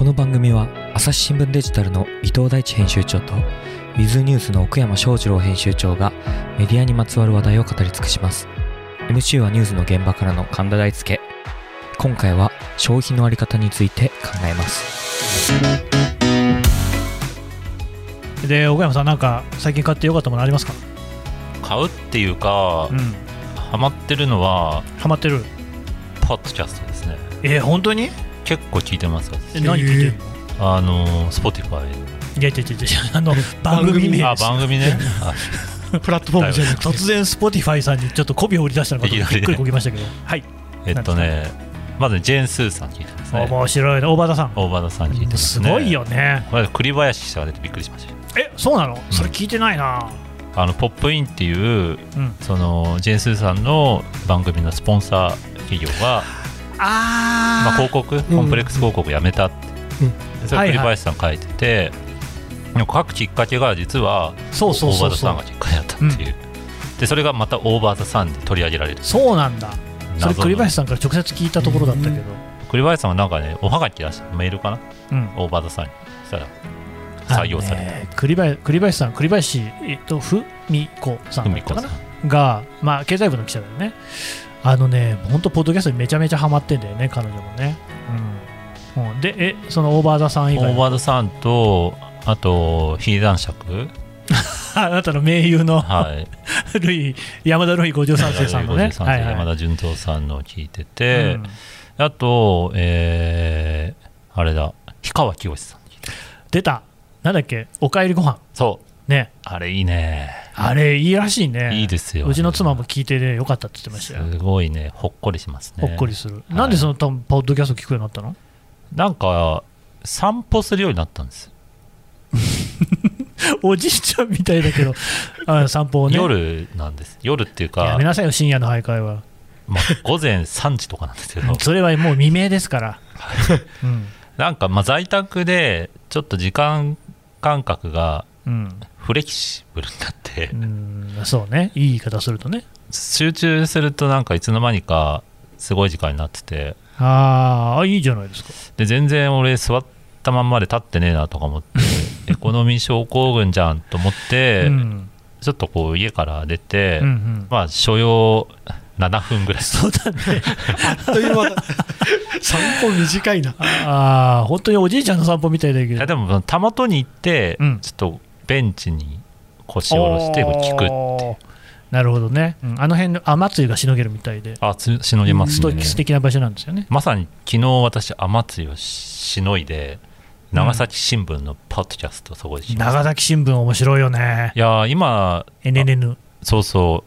この番組は朝日新聞デジタルの伊藤大地編集長とウィズニュースの奥山翔二郎編集長がメディアにまつわる話題を語り尽くします。 MC はニュースの現場からの神田大輔。今回は消費のあり方について考えます。 で、奥山さん、なんか最近買ってよかったものありますか？ 買うっていうか、ハマってるのはハマってるポッドキャストですね。 本当に？ 結構聞いてます。 何聞いてるの？Spotify。 いや番組名。 番組ね。 プラットフォームじゃなくて突然 Spotify さんにちょっと媚びを売り出したのかとびっくりこきましたけど。はい。 まずジェーン・スーさん聞いてますね。 面白いね。大和田さん聞いてますね。 すごいよね。 これ栗林記者が出てびっくりしました。 そうなの？それ聞いてないな。 ポップインっていう、そのジェーン・スーさんの番組のスポンサー企業が広告、コンプレックス広告をやめたって、それ栗林さん書いてて、書くきっかけが実はオーバーザさんがきっかけだったっていう、でそれがまたオーバーザさんで取り上げられる。 そうなんだ。それ栗林さんから直接聞いたところだったけど、 栗林さんはなんかね、おはがき出したメールかな、オーバーザさんにしたら採用された。栗林さん、文子さんだったかなが、経済部の記者だよね。本当ポッドキャストにめちゃめちゃハマってんだよね、彼女もね。で、そのオーバーザさん以外、 オーバーザさんと、あとヒー男爵あなたの盟友の、山田ルイ53世さんのね、 山田純三さんのを聞いてて、あと、あれだ、氷川きよしさん出た。なんだっけ、おかえりご飯。 そうね、 あれいいね。 あれいいらしいね。 いいですよ。 うちの妻も聞いてね、よかったって言ってましたよ。 すごいね、ほっこりしますね。 ほっこりする。なんでそのポッドキャスト聞くようになったの？ なんか散歩するようになったんです。 おじいちゃんみたいだけど散歩をね。 夜なんです。夜っていうか、 やめなさいよ、深夜の徘徊は。 午前3時とかなんですけどそれはもう未明ですから、 なんか在宅でちょっと時間感覚がフレキシブルになって、 そうね、いい言い方するとね、 集中するとなんかいつの間にかすごい時間になってて、 いいじゃないですか。 で全然俺座ったまんまで立ってねえなとか思ってエコノミー症候群じゃんと思って、ちょっとこう家から出て、所要7分ぐらい。 そうだねあっという間だ散歩短いな。 本当におじいちゃんの散歩みたいだけど。 でもたまとに行って、ちょっとベンチに腰を下ろして聞くって。 なるほどね。あの辺の雨露がしのげるみたいで。 しのげますね。 素敵な場所なんですよね。 まさに昨日私雨露をしのいで、長崎新聞のポッドキャストそこでしました。 長崎新聞面白いよね。 いや今 NNN そう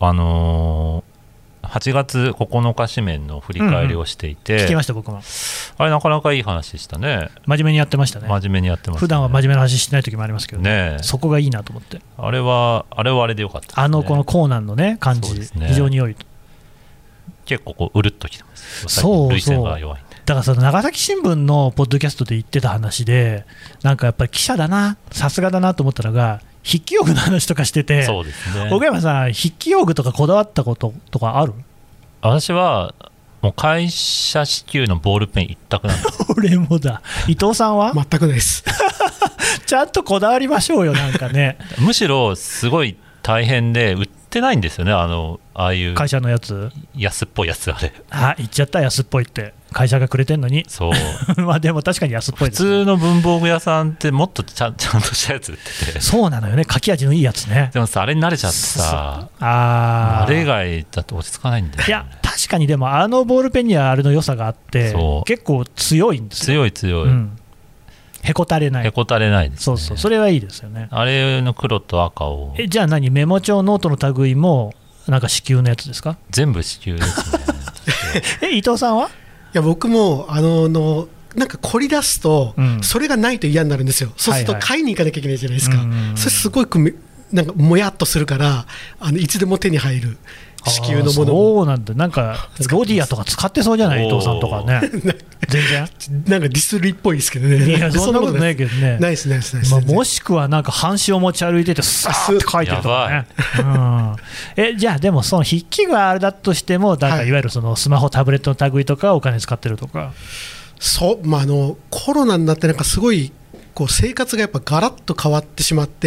8月9日紙面の振り返りをしていて、 聞きました僕も。 あれなかなかいい話でしたね。 真面目にやってましたね。普段は真面目な話してない時もありますけどね。そこがいいなと思って。あれはあれでよかったですね。このコーナーのね感じ、非常に良い。 結構こううるっときてます。 そう涙腺が弱いんで。 だからその長崎新聞のポッドキャストで言ってた話で、なんかやっぱり記者だな、さすがだなと思ったのが、筆記用具の話とかしてて。 そうですね。 奥山さん、筆記用具とかこだわったこととかある？ 私はもう会社支給のボールペン一択なんです。 俺もだ。伊藤さんは？ 全くないですちゃんとこだわりましょうよ、なんかね。 むしろすごい大変で売ってないんですよね、ああいう会社のやつ、 安っぽいやつ。 言っちゃった、安っぽいって会社がくれてんのに。 そうでも確かに安っぽいです、ね、 普通の文房具屋さんってもっとちゃんとしたやつ売ってて。 そうなのよね、書き味のいいやつね。 でもさ、あれに慣れちゃってさ、あれ以外だと落ち着かないんだよね。 いや確かに、でもボールペンにはあれの良さがあって、結構強いんですよ。 強い、 へこたれないですね。それはいいですよね。 あれの黒と赤を。 じゃあメモ帳ノートの類もなんか支給のやつですか？ 全部支給ですね伊藤さんは？ いや僕もなんか凝り出すと、それがないと嫌になるんですよ。そうすると買いに行かなきゃいけないじゃないですか。それすごいなんかもやっとするから、いつでも手に入る支給のもの。 そうなんだ。なんかロディアとか使ってそうじゃない？伊藤さんとかね。全然なんかディスリーっぽいですけどね。 いやそんなことないけどね。 ないです。 もしくはなんか半紙を持ち歩いててさーって書いてるとかね。じゃあでもその筆記があれだとしても、なんかいわゆるそのスマホタブレットの類とかお金使ってるとか。 コロナになってなんかすごいこう生活がやっぱガラッと変わってしまって、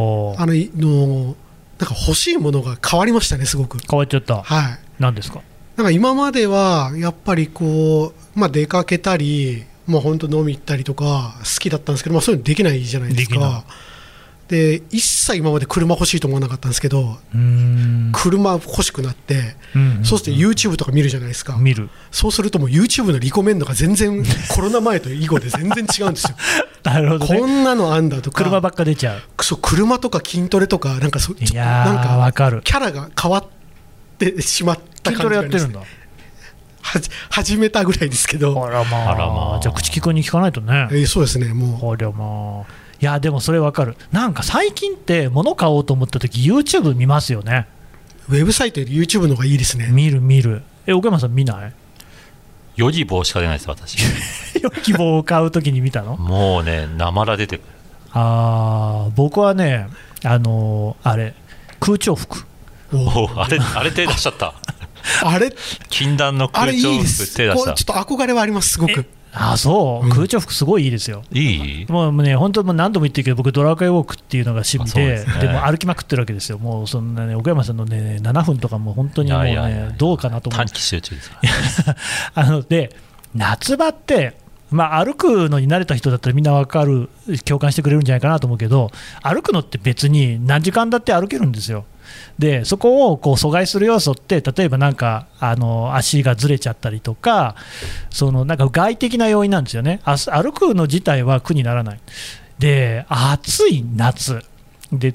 なんか欲しいものが変わりましたね。すごく変わっちゃった。 はい。 何ですか？ なんか今まではやっぱりこう、出かけたり、本当飲み行ったりとか好きだったんですけど、そういうのできないじゃないですか。で一切今まで車欲しいと思わなかったんですけど、車欲しくなって、そうすると YouTube とか見るじゃないですか。 見る。 そうするともう YouTube のリコメンドが全然コロナ前と以後で全然違うんですよ。 なるほどね。 こんなのあんだとか、 車ばっか出ちゃう。 車とか筋トレとかなんかいやー、なんか分かる。 キャラが変わってしまった感じがあります。 筋トレやってるんだ。 始めたぐらいですけど。 あらまあ、じゃあ口利くに聞かないとね。 そうですね。もう。 あらまあ。いやでもそれ分かる。なんか最近って物買おうと思った時 YouTube 見ますよね。 ウェブサイトより YouTube の方がいいですね。 見る。岡山さん見ない？ ヨギボーしか出ないです私。 ヨギボーを買う時に見たの？ もうね、なまら出てくる。 僕はね、あれ空調服。 あれ手出しちゃった。 あれ禁断の空調服手出した。 ちょっと憧れはあります。すごく。 そう、空調服すごいいいですよ。 いい？ もうね、本当何度も言ってるけど、僕ドラクエウォークっていうのが趣味で、でも歩きまくってるわけですよ。もうそんなね、岡山さんのね7分とかも本当にもうね、どうかなと思う。 短期集中ですか。 で夏場って歩くのに慣れた人だったらみんな分かる、共感してくれるんじゃないかなと思うけど、歩くのって別に何時間だって歩けるんですよ。でそこをこう阻害する要素って、例えばなんか足がずれちゃったりとか、なんか外的な要因なんですよね。歩くの自体は苦にならない。で暑い夏で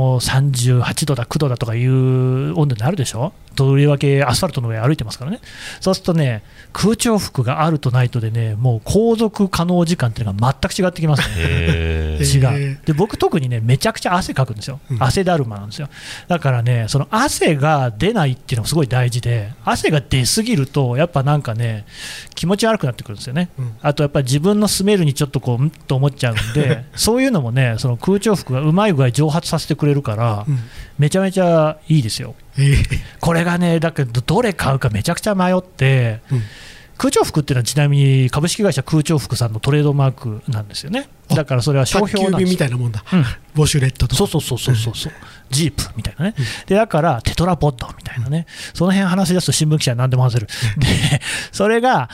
38度だ9度だとかいう温度になるでしょ。とりわけアスファルトの上歩いてますからね。そうするとね、空調服があるとないとでね、もう航続可能時間っていうのが全く違ってきますね。違う。で僕特にね、めちゃくちゃ汗かくんですよ。汗だるまなんですよ。だからね、その汗が出ないっていうのがすごい大事で、汗が出すぎるとやっぱなんかね、気持ち悪くなってくるんですよね。あとやっぱり自分のスメルにちょっとこうと思っちゃうんでそういうのもね、その空調服がうまい具合蒸発させてくれるから、めちゃめちゃいいですよ。これがね、だけどどれ買うかめちゃくちゃ迷って、空調服っていうのはちなみに株式会社空調服さんのトレードマークなんですよね。だからそれは商標なんですよ。宅急便みたいなもんだ、ウォシュレットとか。 そうジープみたいなね。でだからテトラポッドみたいなね、その辺話し出すと新聞記者は何でも話せる。でそれが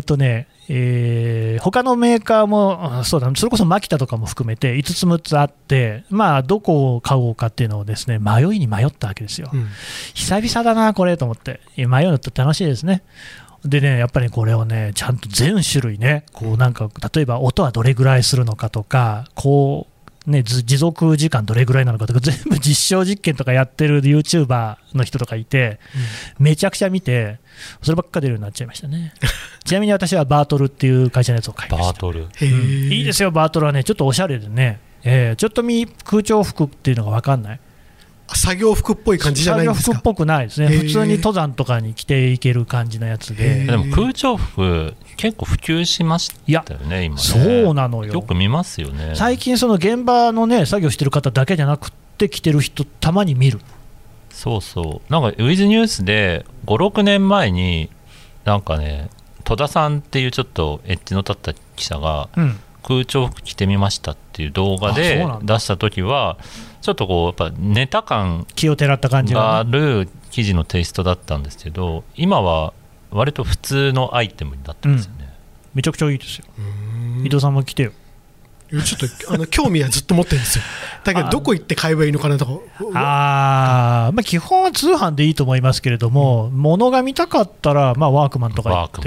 他のメーカーもそうだ、それこそマキタとかも含めて5つ6つあって、どこを買おうかっていうのをですね、迷ったわけですよ。久々だなこれと思って、迷うのって楽しいですね。でね、やっぱりこれをね、ちゃんと全種類ね、こうなんか例えば音はどれぐらいするのかとか、こうね、持続時間どれぐらいなのかとか、全部実証実験とかやってる YouTuber の人とかいて、めちゃくちゃ見て、そればっか出るようになっちゃいましたね。ちなみに私はバートルっていう会社のやつを買いました。 バートル、 いいですよ。バートルはね、ちょっとおしゃれでね、ちょっと空調服っていうのが分かんない。 作業服っぽい感じじゃないんですか。 作業服っぽくないですね。普通に登山とかに着ていける感じのやつで。 でも空調服結構普及しましたよね、今ね。 そうなのよ。 よく見ますよね。 最近その現場のね、作業してる方だけじゃなくて着てる人たまに見る。 そうそう。なんかウィズニュースで5、6年前になんかね、戸田さんっていうちょっとエッジの立った記者が、空調服着てみましたっていう動画で出した時は、ちょっとこうやっぱネタ感がある記事のテイストだったんですけど、今は割と普通のアイテムになってますよね。 めちゃくちゃいいですよ。伊藤さんも来てよ。 ちょっと興味はずっと持ってるんですよ。だけどどこ行って買えばいいのかなとか。 基本は通販でいいと思いますけれども、物が見たかったら、ワークマンとか行って、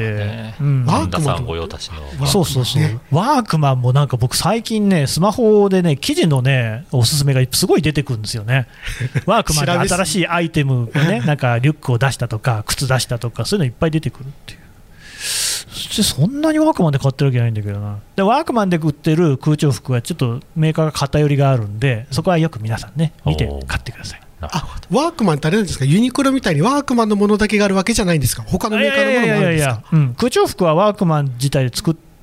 ワークマン御用達の。 そうワークマンもなんか僕最近ね、スマホでね、記事のねおすすめがすごい出てくるんですよね。ワークマンで新しいアイテムがね、なんかリュックを出したとか靴出したとか、そういうのいっぱい出てくるっていう。そんなにワークマンで買ってるわけじゃないんだけどな。でワークマンで売ってる空調服はちょっとメーカーが偏りがあるんで、そこはよく皆さんね見て買ってください。 ワークマンってあれなんですか、ユニクロみたいにワークマンのものだけがあるわけじゃないんですか。他のメーカーのものもあるんですか。 空調服はワークマン自体で作っ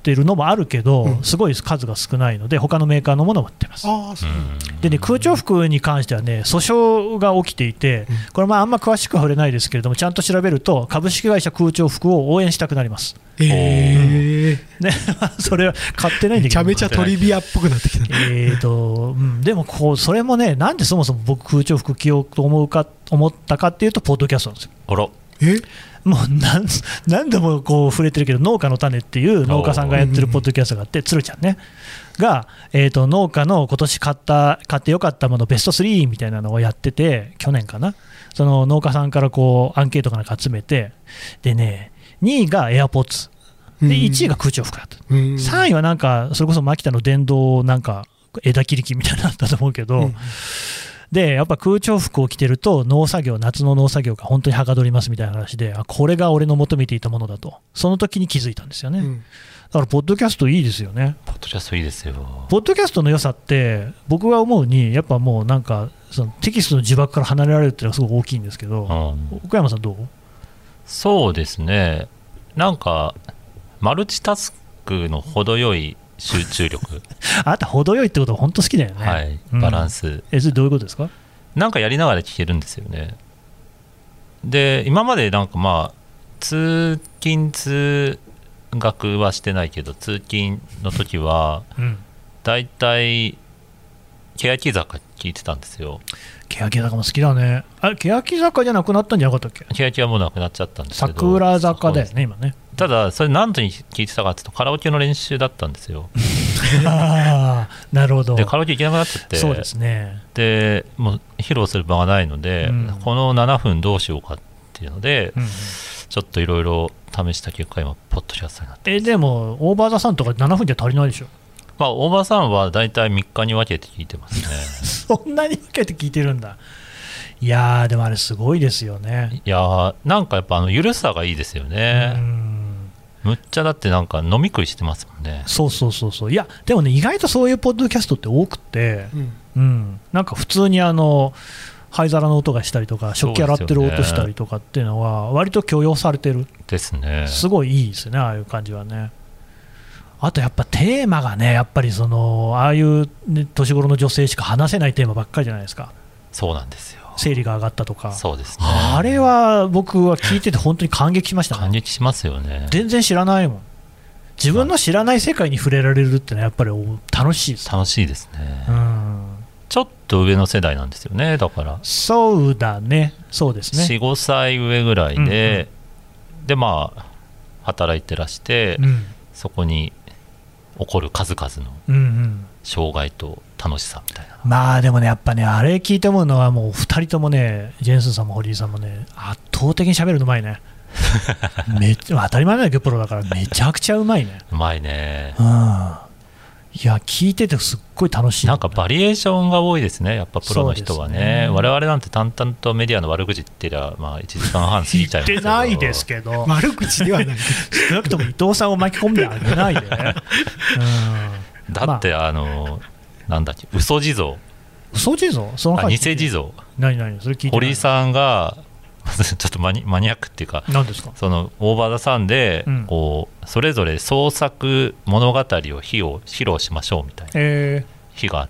ってるのもあるけど、すごい数が少ないので他のメーカーのものを売ってます。でね、空調服に関してはね訴訟が起きていて、これあんま詳しくは触れないですけれども、ちゃんと調べると株式会社空調服を応援したくなります。ね、それは買ってないんだけど、 めちゃめちゃトリビアっぽくなってきた。 でもそれもね、なんでそもそも僕空調服着ようと思ったかっていうとポッドキャストなんですよ。 あら、 もう何度も触れてるけど、農家の種っていう農家さんがやってるポッドキャストがあって、鶴ちゃんねが、農家の今年買ってよかったものベスト3みたいなのをやってて、去年かな、その農家さんからアンケートかなんか集めて、でね、2位がエアポッツで1位が空調服だった、3位はなんかそれこそマキタの電動なんか枝切り機みたいなのだったと思うけど、でやっぱ空調服を着てると夏の農作業が本当にはかどりますみたいな話で、これが俺の求めていたものだと、その時に気づいたんですよね。だからポッドキャストいいですよね。 ポッドキャストいいですよ。 ポッドキャストの良さって僕が思うに、やっぱもうなんかそのテキストの呪縛から離れられるっていうのはすごく大きいんですけど、奥山さんどう？ そうですね、なんかマルチタスクの程よい集中力あなた程よいってことは本当好きだよね。 はい、バランス、 それどういうことですか？ なんかやりながら聞けるんですよね。で今までなんか通勤通学はしてないけど、通勤の時はだいたい欅坂聞いてたんですよ。 欅坂も好きだね。欅坂じゃなくなったんじゃなかったっけ？ 欅はもうなくなっちゃったんですけど、 桜坂だよね今ね。 ただそれ何時に聞いてたかっていうとカラオケの練習だったんですよなるほど。 でカラオケ行けなくなっちゃって、 そうですね。 でもう披露する場がないので、この7分どうしようかっていうので、ちょっといろいろ試した結果今ポッドキャストになってます。 でもオーバーザさんとか7分じゃ足りないでしょ？ オーバーさんはだいたい3日に分けて聞いてますねそんなに分けて聞いてるんだ。いやーでもあれすごいですよね。 いやなんかやっぱゆるさがいいですよね。むっちゃだってなんか飲み食いしてますもんね。 そういやでもね、意外とそういうポッドキャストって多くて、なんか普通に灰皿の音がしたりとか食器洗ってる音したりとかっていうのは割と許容されてるですね。 すごいいいですね、ああいう感じはね。あとやっぱテーマがね、やっぱりああいう、ね、年頃の女性しか話せないテーマばっかりじゃないですか。 そうなんですよ。 生理が上がったとか。 そうですね。 あれは僕は聞いてて本当に感激しましたね。 感激しますよね。 全然知らないもん。自分の知らない世界に触れられるってのはやっぱり楽しいです。 楽しいですね。ちょっと上の世代なんですよね。だからそうだね、そうですね。 4、5歳上ぐらいで、で働いてらして、そこに起こる数々の障害と楽しさみたいな。 でもね、やっぱね、あれ聞いて思うのはもう2人ともね、ジェンスンさんも堀井さんもね、圧倒的に喋るのうまいね当たり前なんだけどプロだからめちゃくちゃうまいね。 うまいね。 いや聞いててすっごい楽しい。 なんかバリエーションが多いですね、やっぱプロの人は ね。我々なんて淡々とメディアの悪口言ってりゃ1時間半過ぎちゃいますけど。 言ってないですけど悪口ではない少なくとも伊藤さんを巻き込んであげないでだってなんだっけ、嘘地蔵その偽地蔵何それ聞いてない。 堀井さんがちょっとマニアックっていうか、 何ですか？ そのオーバーザさんで、それぞれ創作物語を披露しましょうみたいな日があって、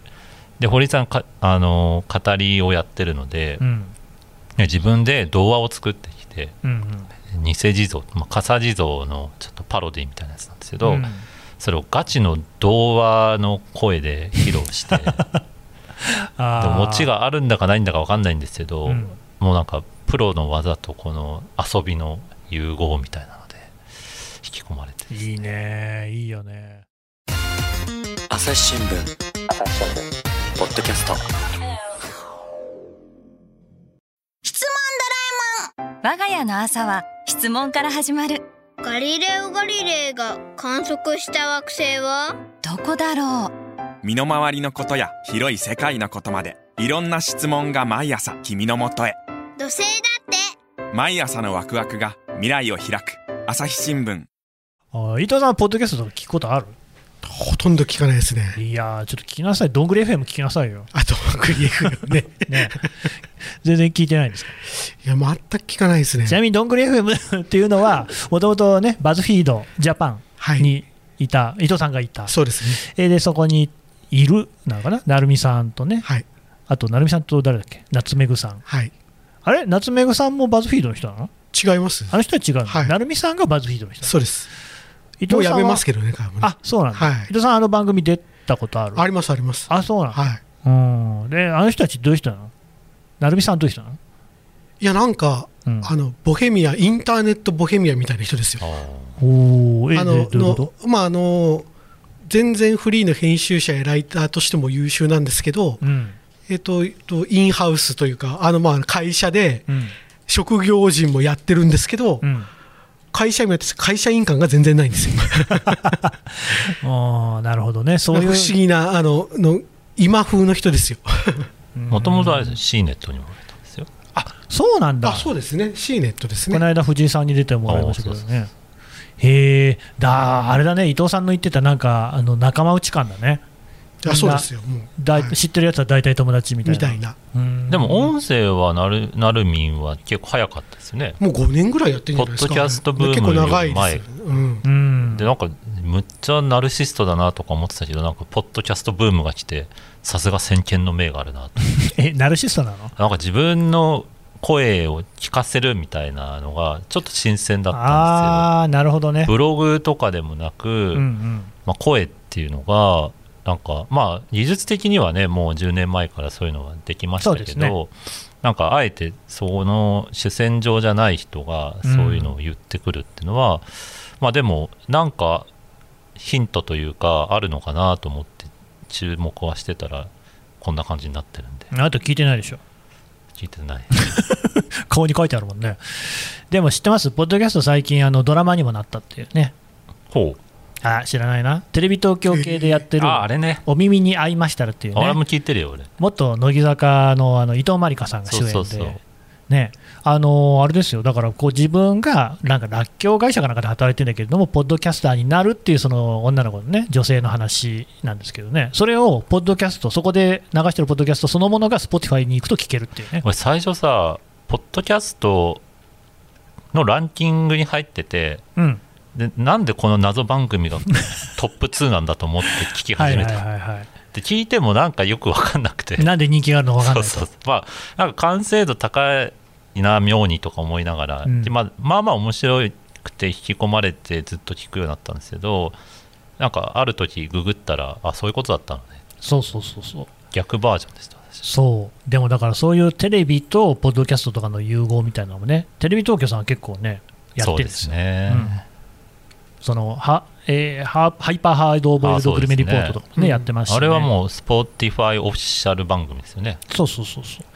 で堀井さん語りをやってるので、自分で童話を作ってきて、偽地蔵、笠地蔵のちょっとパロディみたいなやつなんですけど、それをガチの童話の声で披露してでもオチがあるんだかないんだか分かんないんですけど、もうなんかプロの技とこの遊びの融合みたいなので引き込まれて、 いいね、いいよね。 朝日新聞ポッドキャスト。 質問ドラえもん。我が家の朝は質問から始まる。 ガリレオ・ガリレイが観測した惑星はどこだろう。身の回りのことや広い世界のことまで、いろんな質問が毎朝君のもとへ。 土星だって。 毎朝のワクワクが未来を開く。朝日新聞。 伊藤さんはポッドキャストとか聞くことある？ ほとんど聞かないですね。 いやちょっと聞きなさい。どんぐり FM 聞きなさいよ。 どんぐり FM ね全然聞いてないんですか？ いや全く聞かないですね。 ちなみにどんぐり FM っていうのはもともとね、バズフィードジャパンにいた、伊藤さんがいた。 そうですね。 でそこにいるなのかな、成美さんとね、 はい、 あと成美さんと誰だっけ、夏目ぐさん、 はい、 あれ夏目ぐさんもバズフィードの人なの？ 違います。 あの人は違うの、 はい、 成美さんがバズフィードの人。 そうです。 伊藤さんはもうやめますけどね、 あ、そうなんだ、 はい、 伊藤さんあの番組出たことある？ ありますあります。 あ、そうなんだ、 はい、 うん。であの人たちどういう人なの？成美さんどういう人なの？ いやなんか、ボヘミア、インターネットボヘミアみたいな人ですよ。全然フリーの編集者やライターとしても優秀なんですけど、インハウスというか会社で職業人もやってるんですけど、会社員もやって会社員感が全然ないんですよ。 なるほどね、そういう不思議な今風の人ですよ。 もともとは C ネットにも入ったんですよ。 あ、そうなんだ。 そうですね、 C ネットですね。 この間藤井さんに出てもらいましたけどね。へえ、あれだね、伊藤さんの言ってたなんか仲間内感だね。 そうですよ、もう知ってるやつは大体友達みたいな。 でも音声はなるみんは結構早かったですよね。 もう5年ぐらいやってるんじゃないですか。 ポッドキャストブームより前、 結構長いですよ。 でなんかむっちゃナルシストだなとか思ってたけど、なんかポッドキャストブームが来て、さすが先見の明があるなと。 ナルシストなの？ なんか自分の声を聞かせるみたいなのがちょっと新鮮だったんですよ。 なるほどね。 ブログとかでもなく、声っていうのがなんか技術的にはね、もう10年前からそういうのができましたけど、なんかあえてその主戦場じゃない人がそういうのを言ってくるっていうのは、でもなんかヒントというかあるのかなと思って注目はしてたらこんな感じになってるんで。 あと聞いてないでしょ？ 聞いてない。 顔に書いてあるもんね。でも知ってます？ポッドキャスト最近ドラマにもなったっていうね。 ほう。 知らないな。テレビ東京系でやってるあれね、 お耳に合いましたらっていうね。 俺も聞いてるよ俺。 元乃木坂の伊藤まりかさんが主演でね、あれですよ、だからこう自分がなんからっきょう会社かなんかで働いてるんだけれども、ポッドキャスターになるっていうその女の子のね、女性の話なんですけどね、それをポッドキャスト、そこで流してるポッドキャストそのものが Spotify に行くと聞けるっていうね。 俺最初さ、ポッドキャストのランキングに入ってて、でなんでこの謎番組がトップ2なんだと思って聞き始めた。で聞いてもなんかよく分かんなくて、 なんで人気があるのか分かんないと。 なんか完成度高いな妙にとか思いながら、でまあ面白くて引き込まれてずっと聞くようになったんですけど、なんかある時ググったらそういうことだったのね。 そう逆バージョンでした。 そうでもだからそういうテレビとポッドキャストとかの融合みたいなのもね、テレビ東京さんは結構ねやってるんですよ。 そうですね。 そのハイパーハードボイルドグルメリポートとかね、やってますし、ね、 あれはもう Spotify オフィシャル番組ですよね。 そうだから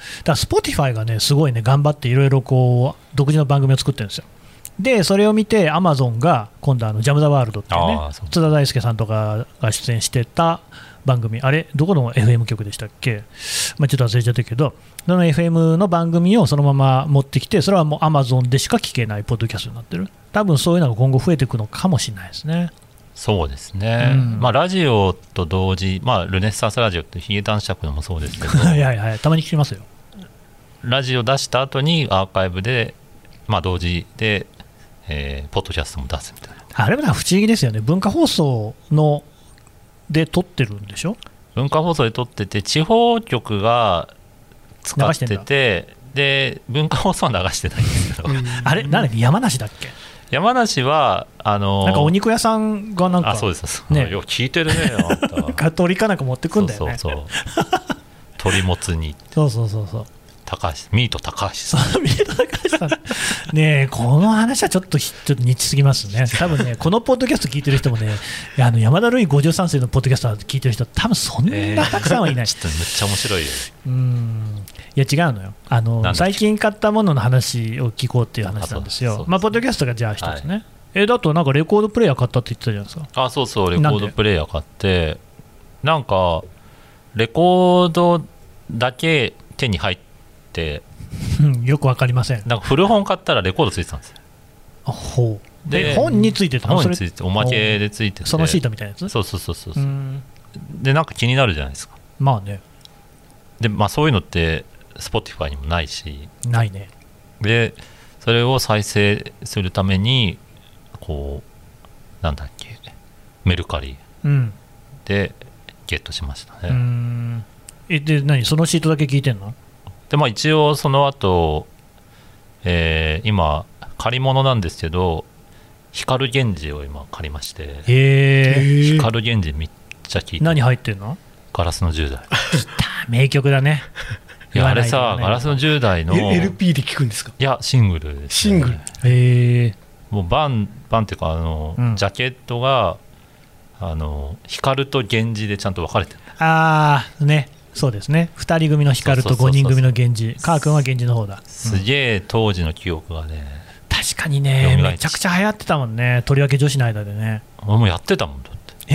Spotify がねすごいね頑張っていろいろこう独自の番組を作ってるんですよ。でそれを見て Amazon が今度ジャム・ザ・ワールドっていうね、津田大介さんとかが出演してた番組、あれどこの FM 局でしたっけ、ちょっと忘れちゃったけど、その FM の番組をそのまま持ってきて、それはもう Amazon でしか聞けないポッドキャストになってる。多分そういうのが今後増えていくのかもしれないですね。 そうですね、ラジオと同時、ルネッサンスラジオってヒゲ男爵のもそうですけどたまに聞きますよ。 ラジオ出した後にアーカイブで、同時で、ポッドキャストも出すみたいな。 あれも不思議ですよね。文化放送ので撮ってるんでしょ。 文化放送で撮ってて、地方局が使ってて、で文化放送は流してないんですけどあれなんだっけ、山梨だっけ。 山梨はなんかお肉屋さんがなんか、 そうですね、よく聞いてるねあんた鶏かなんか持ってくんだよね。 そう鶏もつ煮、 そうミート高橋さんねえ、この話はちょっとニッチすぎますね。多分ねこのポッドキャスト聞いてる人もね、山田るい53世のポッドキャスト聞いてる人多分そんなたくさんはいない。 ちょっとめっちゃ面白いよ。 いや違うのよ、最近買ったものの話を聞こうっていう話なんですよ。ポッドキャストがじゃあ一つね、だとなんかレコードプレーヤー買ったって言ってたじゃないですか。 そうレコードプレーヤー買って、なんかレコードだけ手に入ってよくわかりません。 なんか古本買ったらレコードついてたんですよ。 ほうで本についてたの？ 本についておまけでついてて、 そのシートみたいなやつ。 そうでなんか気になるじゃないですか。でそういうのって Spotify にもないし。 ないね。 でそれを再生するためにこうなんだっけメルカリでゲットしましたね。 で何そのシートだけ聞いてんの？ で一応その後、今借り物なんですけど光源氏を今借りまして、光源氏めっちゃ聞いて。 何入ってんの？ ガラスの10代名曲だね。 いやあれさ、ガラスの10代の LP で聞くんですか？ いやシングルです、ね、 シングル。 もうバンっていうかジャケットが光と源氏でちゃんと分かれてる。 ね、そうですね。2人組の光と5人組の源氏。カー君は源氏の方だ。 すげえ当時の記憶がね。 確かにね、めちゃくちゃ流行ってたもんね、とりわけ女子の間でね。 俺もやってたもんだって。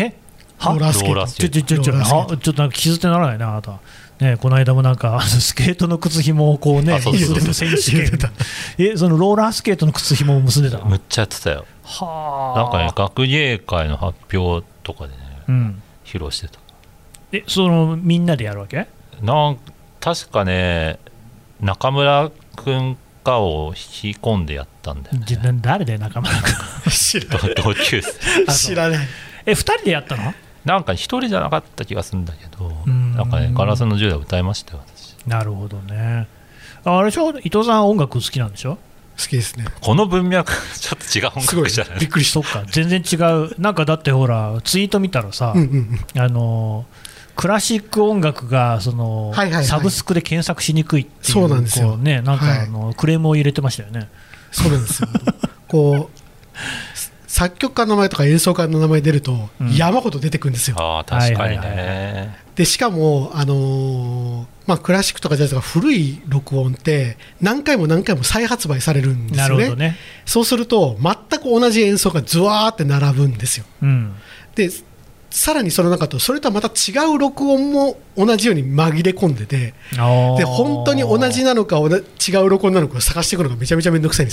ローラースケート。ちょっとなんか傷ってならないな、あなた。ね、この間もなんかスケートの靴紐をこうね、選手権そのローラースケートの靴紐を結んでたの？ むっちゃやってたよ。なんかね、学芸会の発表とかでね、披露してた。 そのみんなでやるわけ？ 確かね、中村君かを引き込んでやったんだよね。 誰だよ中村君？ 同級生。 知らない。 2人でやったの？ なんか1人じゃなかった気がするんだけど、なんかね、ガラスの10代歌いましたよ、私。 なるほどね。あれでしょ、伊藤さん音楽好きなんでしょ？ 好きですね。 この文脈ちょっと違う音楽じゃない？ びっくりした。そっか、全然違う。なんかだってほらツイート見たらさ、クラシック音楽がサブスクで検索しにくいっていう、 そうなんですよね、なんかクレームを入れてましたよね。 そうなんですよ。こう作曲家の名前とか演奏家の名前出ると山ほど出てくるんですよ。 確かにね。 でしかも、クラシックとかジャズとか古い録音って何回も何回も再発売されるんですよね。なるほどね。そうすると全く同じ演奏がズワーって並ぶんですよ。でさらにその中とそれとはまた違う録音も同じように紛れ込んでて、で本当に同じなのか違う録音なのかを探していくのがめちゃめちゃめんどくさいんです。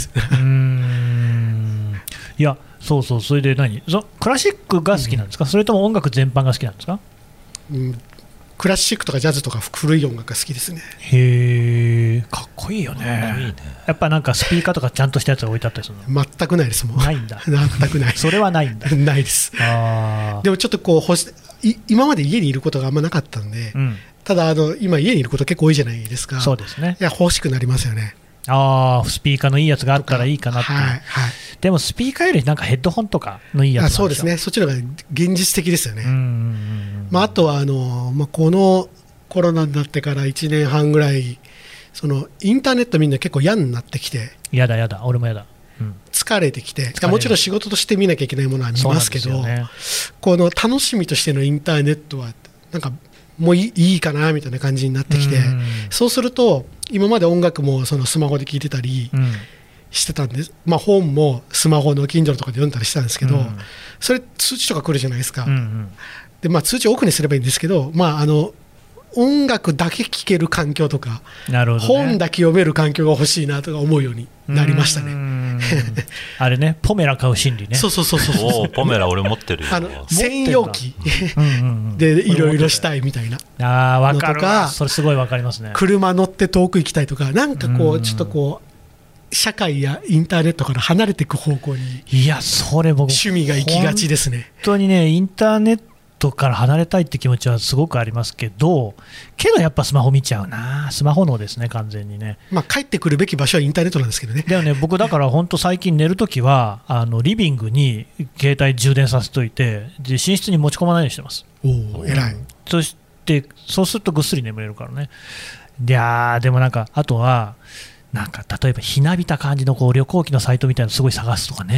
いやそれでクラシックが好きなんですか？それとも音楽全般が好きなんですか？ クラシックとかジャズとか古い音楽が好きですね。 へえ、かっこいいよね。やっぱなんかスピーカーとかちゃんとしたやつが置いてあったりするの？ 全くないですもん。 ないんだ。 全くない。 それはないんだ。 ないです。でもちょっとこう今まで家にいることがあんまなかったんで、ただ今家にいること結構多いじゃないですか。 そうですね。 いや欲しくなりますよね。 スピーカーのいいやつがあったらいいかなって。でもスピーカーよりなんかヘッドホンとかのいいやつそうですね。そっちの方が現実的ですよね。あとはこのコロナになってから1年半ぐらいインターネットみんな結構嫌になってきて。 やだ俺もやだ。 疲れてきて、もちろん仕事として見なきゃいけないものは見ますけど、この楽しみとしてのインターネットはなんかもういいかなみたいな感じになってきて、そうすると今まで音楽もスマホで聴いてたりしてたんです。本もスマホの Kindle とかで読んだりしたんですけど、それ通知とか来るじゃないですか。で通知をオフにすればいいんですけど、音楽だけ聴ける環境とか、本だけ読める環境が欲しいなとか思うようになりましたね。 あれね、ポメラ買う心理ね。 そうポメラ俺持ってるよ。 専用機でいろいろしたいみたいなのとか、それすごいわかりますね。 車乗って遠く行きたいとか、なんかちょっと社会やインターネットから離れていく方向に、 いやそれ僕趣味が行きがちですね。 本当にね、インターネットから離れたいって気持ちはすごくありますけどやっぱスマホ見ちゃうな。スマホ脳ですね、完全にね。 帰ってくるべき場所はインターネットなんですけどね。 でもね、僕だから本当最近寝るときはリビングに携帯充電させといて、で寝室に持ち込まないようにしてます。 偉い。 そうするとぐっすり眠れるからね。いやでもなんかあとはなんか例えばひなびた感じの旅行記のサイトみたいなのすごい探すとかね。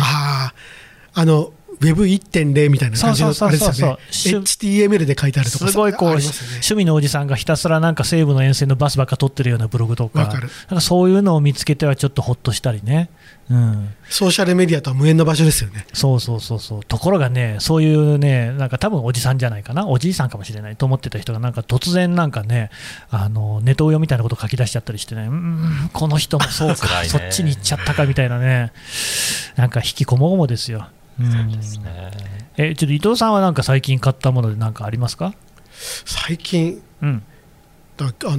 Web1.0 みたいな感じのあれですよね。HTML で書いてあるとか、 すごい趣味のおじさんがひたすらなんか西部の沿線のバスばっか撮ってるようなブログとか、なんかそういうのを見つけてはちょっとほっとしたりね。 ソーシャルメディアとは無縁の場所ですよね。 そうところがね、そういうね、なんか多分おじさんじゃないかな、おじいさんかもしれないと思ってた人がなんか突然なんかね、ネトウヨみたいなことを書き出しちゃったりしてね、この人もそうかそっちに行っちゃったかみたいなね、なんか引きこもごもですよ。ちょっと伊藤さんはなんか最近買ったもので何かありますか？ 最近、キ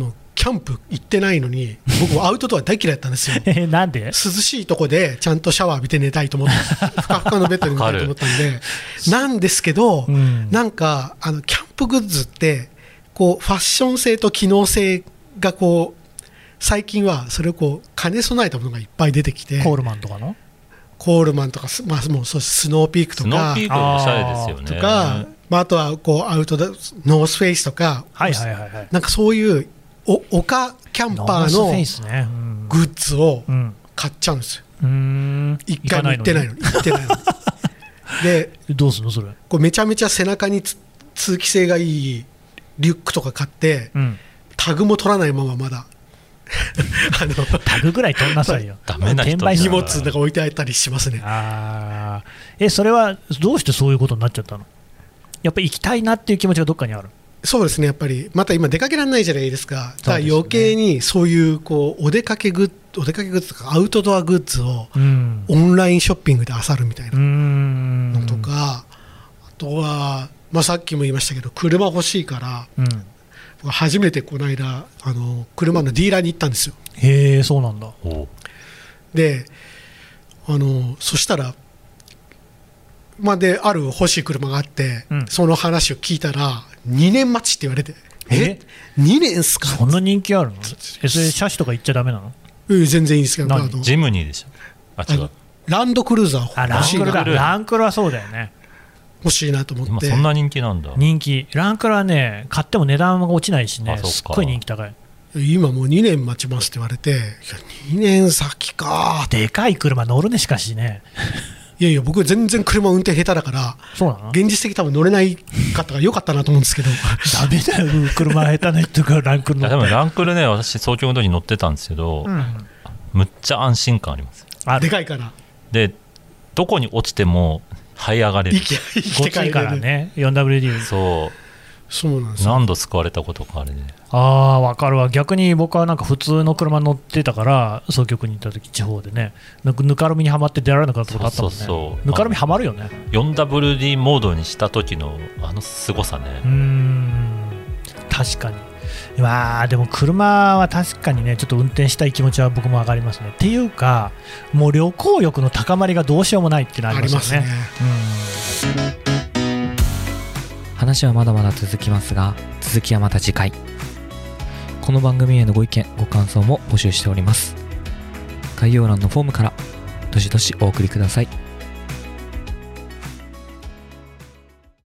ャンプ行ってないのに僕もアウトドア大嫌いだったんですよなんで？ 涼しいとこでちゃんとシャワー浴びて寝たいと思ってふかふかのベッドに寝たいと思ったんでなんですけど、なんかキャンプグッズってこうファッション性と機能性がこう最近はそれをこう兼ね備えたものがいっぱい出てきて、 コールマンとかのコールマンとか、まあ、もうそうスノーピークとか、 スノーピークおしゃれですよねとか、まあ、あとはこうアウトドアノースフェイスとか、なんかそういう丘キャンパーのグッズを買っちゃうんですよ。一回も行ってないのにでどうするのそれ？ こうめちゃめちゃ背中に通気性がいいリュックとか買って、タグも取らないまままだタグぐらい取んなさいよダメな人荷物なんか置いてあったりしますね。 それはどうしてそういうことになっちゃったの？やっぱり行きたいなっていう気持ちがどっかにある？ そうですね、やっぱりまた今出かけられないじゃないですか。だから余計にそういうこうお出かけグッズとかアウトドアグッズをオンラインショッピングで漁るみたいなのとか、あとは、まあ、さっきも言いましたけど車欲しいから、僕初めてこの間車のディーラーに行ったんですよ。 へえ、そうなんだ。 でそしたらまあ、である欲しい車があって、その話を聞いたら2年待ちって言われて、2年っすか？ そんな人気あるの？それ車種とか言っちゃダメなの？ 全然いいですけど、 ジムニーでしょ。違う、 ランドクルーザー欲しいな。 ランクルはそうだよね、 欲しいなと思って。 そんな人気なんだ。 人気。ランクルはね、買っても値段が落ちないしね、すっごい人気高い。 今もう2年待ちますって言われて、いや2年先か。 でかい車乗るね、しかしね。 いやいや、僕全然車運転下手だから、 そうなの？ 現実的多分乗れないかったからよかったなと思うんですけどダメだよ、車下手な人がランクル乗って。 でもランクルね、私早朝運動に乗ってたんですけど、むっちゃ安心感あります。 でかいから。 でどこに落ちても這い上がれる。 ごついからね、4WD。 そうなんですよ。 何度救われたことかあれで。 分かるわ。逆に僕はなんか普通の車乗ってたから総局に行った時地方でね、ぬかるみにはまって出られなかったことあったもんね。ぬかるみはまるよね。 4WD モードにした時のすごさね。 確かに。でも車は確かにね、ちょっと運転したい気持ちは僕も上がりますね。っていうかもう旅行欲の高まりがどうしようもないっていうのはありますよね。 話はまだまだ続きますが、続きはまた次回。この番組へのご意見ご感想も募集しております。概要欄のフォームからどしどしお送りください。